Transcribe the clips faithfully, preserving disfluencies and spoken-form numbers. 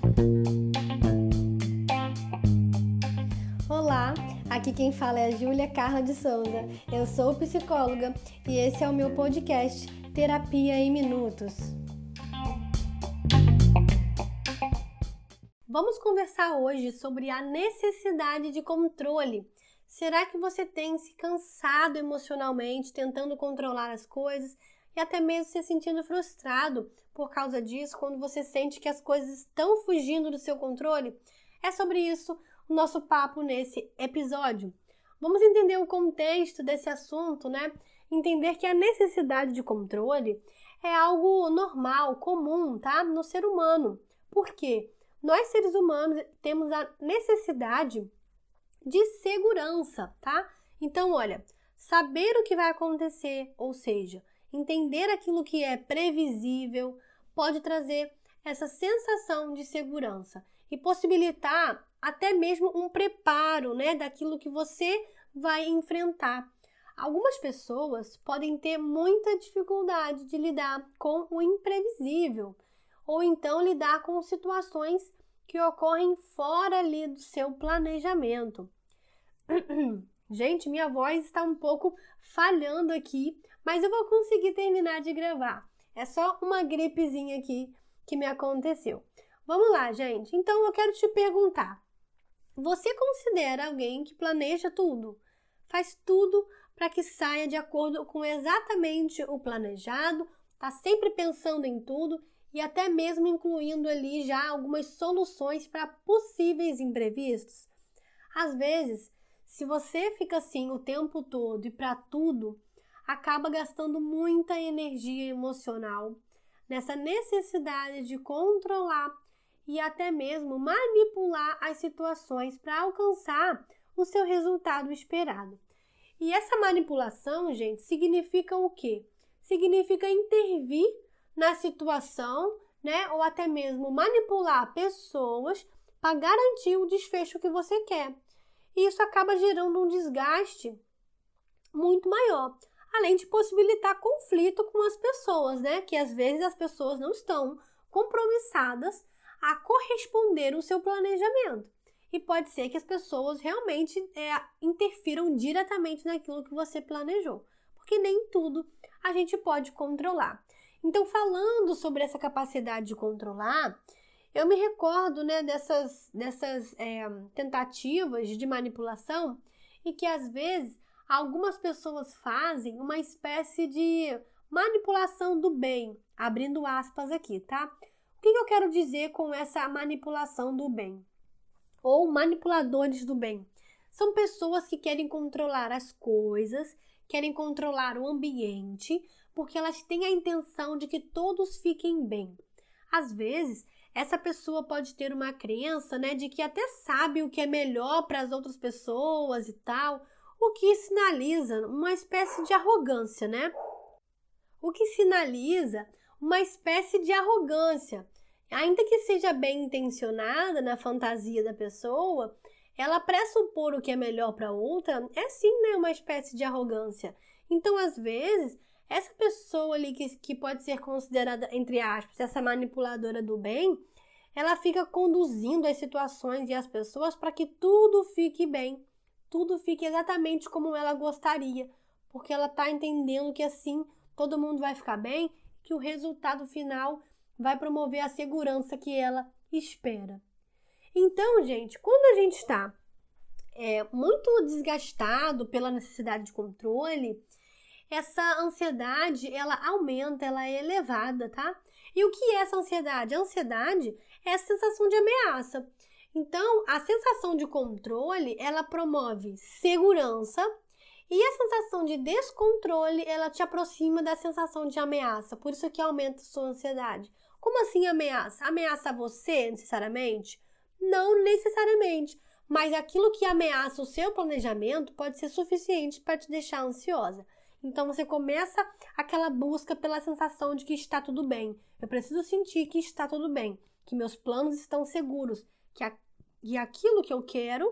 Olá, aqui quem fala é a Júlia Carla de Souza. Eu sou psicóloga e esse é o meu podcast Terapia em Minutos. Vamos conversar hoje sobre a necessidade de controle. Será que você tem se cansado emocionalmente, tentando controlar as coisas e até mesmo se sentindo frustrado por causa disso, quando você sente que as coisas estão fugindo do seu controle? É sobre isso o nosso papo nesse episódio. Vamos entender o contexto desse assunto, né? Entender que a necessidade de controle é algo normal, comum, tá? No ser humano. Por quê? Nós, seres humanos, temos a necessidade de segurança, tá? Então, olha, saber o que vai acontecer, ou seja, entender aquilo que é previsível, pode trazer essa sensação de segurança e possibilitar até mesmo um preparo, né, daquilo que você vai enfrentar. Algumas pessoas podem ter muita dificuldade de lidar com o imprevisível, ou então lidar com situações que ocorrem fora ali do seu planejamento. Gente, minha voz está um pouco falhando aqui, mas eu vou conseguir terminar de gravar. É só uma gripezinha aqui que me aconteceu. Vamos lá, gente. Então eu quero te perguntar: você considera alguém que planeja tudo? Faz tudo para que saia de acordo com exatamente o planejado, está sempre pensando em tudo e até mesmo incluindo ali já algumas soluções para possíveis imprevistos? Às vezes, se você fica assim o tempo todo e para tudo, acaba gastando muita energia emocional nessa necessidade de controlar e até mesmo manipular as situações para alcançar o seu resultado esperado. E essa manipulação, gente, significa o quê? Significa intervir na situação, né? Ou até mesmo manipular pessoas para garantir o desfecho que você quer. E isso acaba gerando um desgaste muito maior, além de possibilitar conflito com as pessoas, né? Que às vezes as pessoas não estão compromissadas a corresponder o seu planejamento. E pode ser que as pessoas realmente é, interfiram diretamente naquilo que você planejou, porque nem tudo a gente pode controlar. Então, falando sobre essa capacidade de controlar, eu me recordo, né, dessas, dessas é, tentativas de manipulação e que às vezes algumas pessoas fazem uma espécie de manipulação do bem, abrindo aspas aqui, tá? O que eu quero dizer com essa manipulação do bem? Ou manipuladores do bem? São pessoas que querem controlar as coisas, querem controlar o ambiente, porque elas têm a intenção de que todos fiquem bem. Às vezes, essa pessoa pode ter uma crença, né, de que até sabe o que é melhor para as outras pessoas e tal, o que sinaliza uma espécie de arrogância, né? O que sinaliza uma espécie de arrogância. Ainda que seja bem intencionada na fantasia da pessoa, ela pressupor o que é melhor para outra é sim, né, uma espécie de arrogância. Então, às vezes, essa pessoa ali que, que pode ser considerada, entre aspas, essa manipuladora do bem, ela fica conduzindo as situações e as pessoas para que tudo fique bem, tudo fique exatamente como ela gostaria, porque ela está entendendo que assim todo mundo vai ficar bem, que o resultado final vai promover a segurança que ela espera. Então, gente, quando a gente está é, muito desgastado pela necessidade de controle, essa ansiedade, ela aumenta, ela é elevada, tá? E o que é essa ansiedade? A ansiedade é a sensação de ameaça. Então, a sensação de controle, ela promove segurança e a sensação de descontrole, ela te aproxima da sensação de ameaça. Por isso que aumenta a sua ansiedade. Como assim ameaça? Ameaça você, necessariamente? Não necessariamente. Mas aquilo que ameaça o seu planejamento pode ser suficiente para te deixar ansiosa. Então, você começa aquela busca pela sensação de que está tudo bem. Eu preciso sentir que está tudo bem, que meus planos estão seguros, que a, e aquilo que eu quero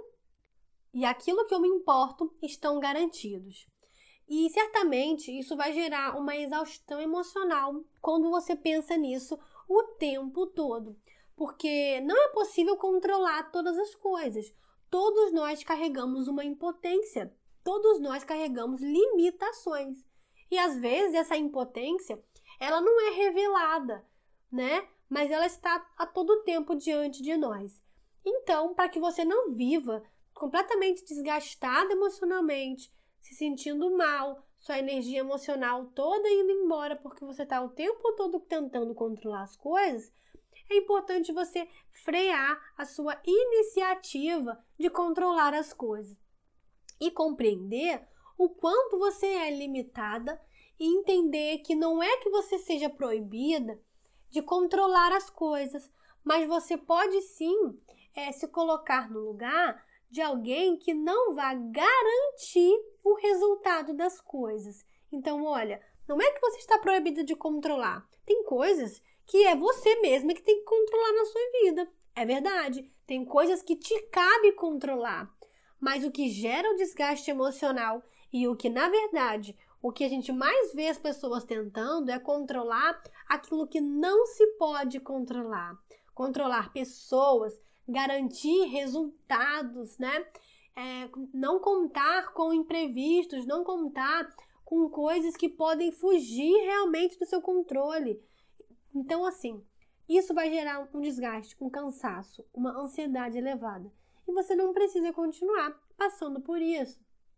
e aquilo que eu me importo estão garantidos. E certamente isso vai gerar uma exaustão emocional quando você pensa nisso o tempo todo. porque não é possível controlar todas as coisas. Todos nós carregamos uma impotência, todos nós carregamos limitações. E às vezes essa impotência, ela não é revelada, né? Mas ela está a todo tempo diante de nós. Então, para que você não viva completamente desgastado emocionalmente, se sentindo mal, sua energia emocional toda indo embora porque você está o tempo todo tentando controlar as coisas, é importante você frear a sua iniciativa de controlar as coisas e compreender o quanto você é limitada e entender que não é que você seja proibida de controlar as coisas, mas você pode sim é, se colocar no lugar de alguém que não vai garantir o resultado das coisas. Então, olha, não é que você está proibida de controlar. Tem coisas que é você mesma que tem que controlar na sua vida. É verdade. Tem coisas que te cabe controlar. Mas o que gera o desgaste emocional e o que, na verdade, o que a gente mais vê as pessoas tentando é controlar aquilo que não se pode controlar. Controlar pessoas, garantir resultados, né? É, não contar com imprevistos, não contar com coisas que podem fugir realmente do seu controle. Então, assim, isso vai gerar um desgaste, um cansaço, uma ansiedade elevada. E você não precisa continuar passando por isso.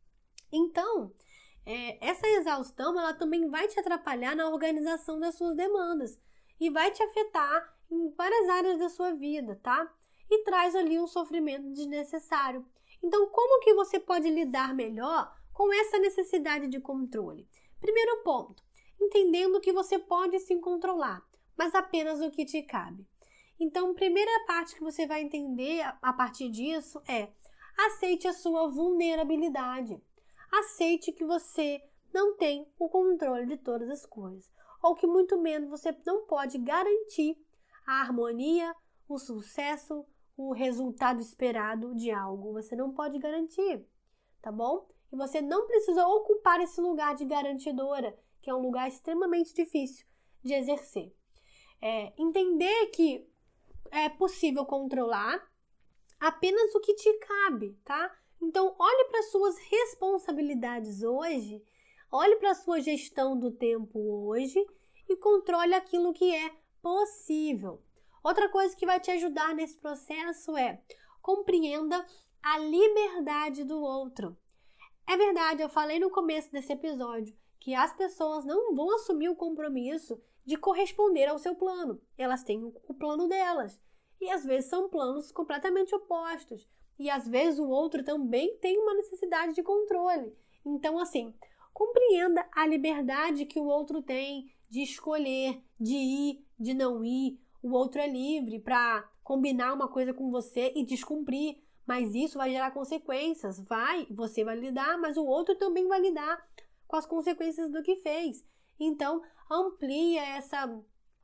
Então, é, essa exaustão, ela também vai te atrapalhar na organização das suas demandas e vai te afetar em várias áreas da sua vida, tá? E traz ali um sofrimento desnecessário. Então, como que você pode lidar melhor com essa necessidade de controle? Primeiro ponto, entendendo que você pode sim controlar, mas apenas o que te cabe. Então, a primeira parte que você vai entender a partir disso é: aceite a sua vulnerabilidade. Aceite que você não tem o controle de todas as coisas, ou que muito menos você não pode garantir a harmonia, o sucesso, o resultado esperado de algo. Você não pode garantir, tá bom? E você não precisa ocupar esse lugar de garantidora, que é um lugar extremamente difícil de exercer. É, entender que é possível controlar apenas o que te cabe, tá? Então, olhe para suas responsabilidades hoje, olhe para a sua gestão do tempo hoje e controle aquilo que é possível. Outra coisa que vai te ajudar nesse processo é: compreenda a liberdade do outro. É verdade, eu falei no começo desse episódio que as pessoas não vão assumir o compromisso de corresponder ao seu plano. Elas têm o plano delas. E às vezes são planos completamente opostos. E às vezes o outro também tem uma necessidade de controle. Então, assim, compreenda a liberdade que o outro tem de escolher, de ir, de não ir. O outro é livre para combinar uma coisa com você e descumprir. Mas isso vai gerar consequências. Vai, você vai lidar, mas o outro também vai lidar com as consequências do que fez. Então, amplia essa,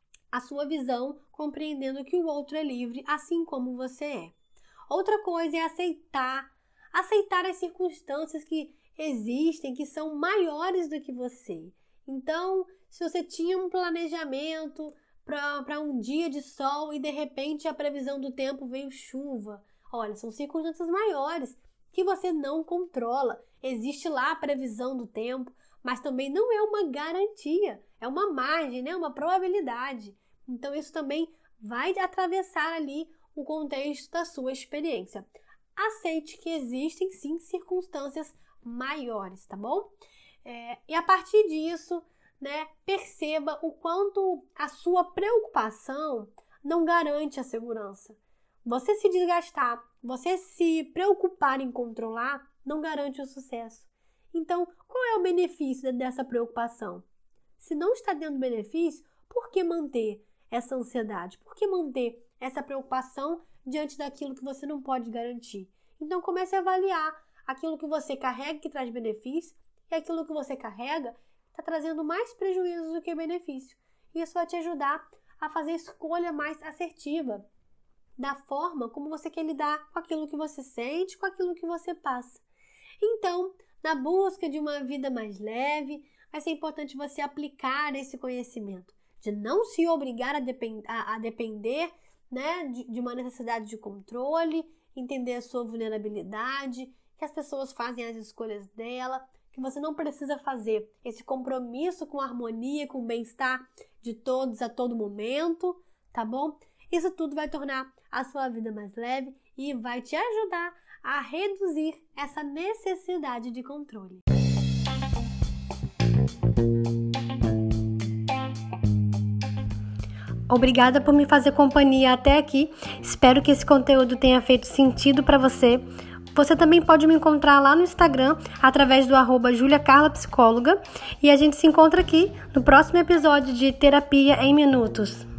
a sua visão, compreendendo que o outro é livre, assim como você é. Outra coisa é aceitar, aceitar as circunstâncias que existem, que são maiores do que você. Então, se você tinha um planejamento para um dia de sol e de repente a previsão do tempo veio chuva, olha, são circunstâncias maiores que você não controla. Existe lá a previsão do tempo, mas também não é uma garantia, é uma margem, né? Uma probabilidade. Então, isso também vai atravessar ali o contexto da sua experiência. Aceite que existem, sim, circunstâncias maiores, tá bom? É, e a partir disso, né, perceba o quanto a sua preocupação não garante a segurança. Você se desgastar, você se preocupar em controlar, não garante o sucesso. Então, qual é o benefício dessa preocupação? Se não está dando benefício, por que manter essa ansiedade? Por que manter essa preocupação diante daquilo que você não pode garantir? Então, comece a avaliar aquilo que você carrega que traz benefício e aquilo que você carrega está trazendo mais prejuízos do que benefício. Isso vai te ajudar a fazer escolha mais assertiva da forma como você quer lidar com aquilo que você sente, com aquilo que você passa. Então, na busca de uma vida mais leve, vai ser importante você aplicar esse conhecimento, de não se obrigar a, depend- a, a depender né, de, de uma necessidade de controle, entender a sua vulnerabilidade, que as pessoas fazem as escolhas dela, que você não precisa fazer esse compromisso com a harmonia, com o bem-estar de todos a todo momento, tá bom? Isso tudo vai tornar a sua vida mais leve e vai te ajudar a reduzir essa necessidade de controle. Obrigada por me fazer companhia até aqui. Espero que esse conteúdo tenha feito sentido para você. Você também pode me encontrar lá no Instagram através do arroba Julia Carla Psicóloga. E a gente se encontra aqui no próximo episódio de Terapia em Minutos.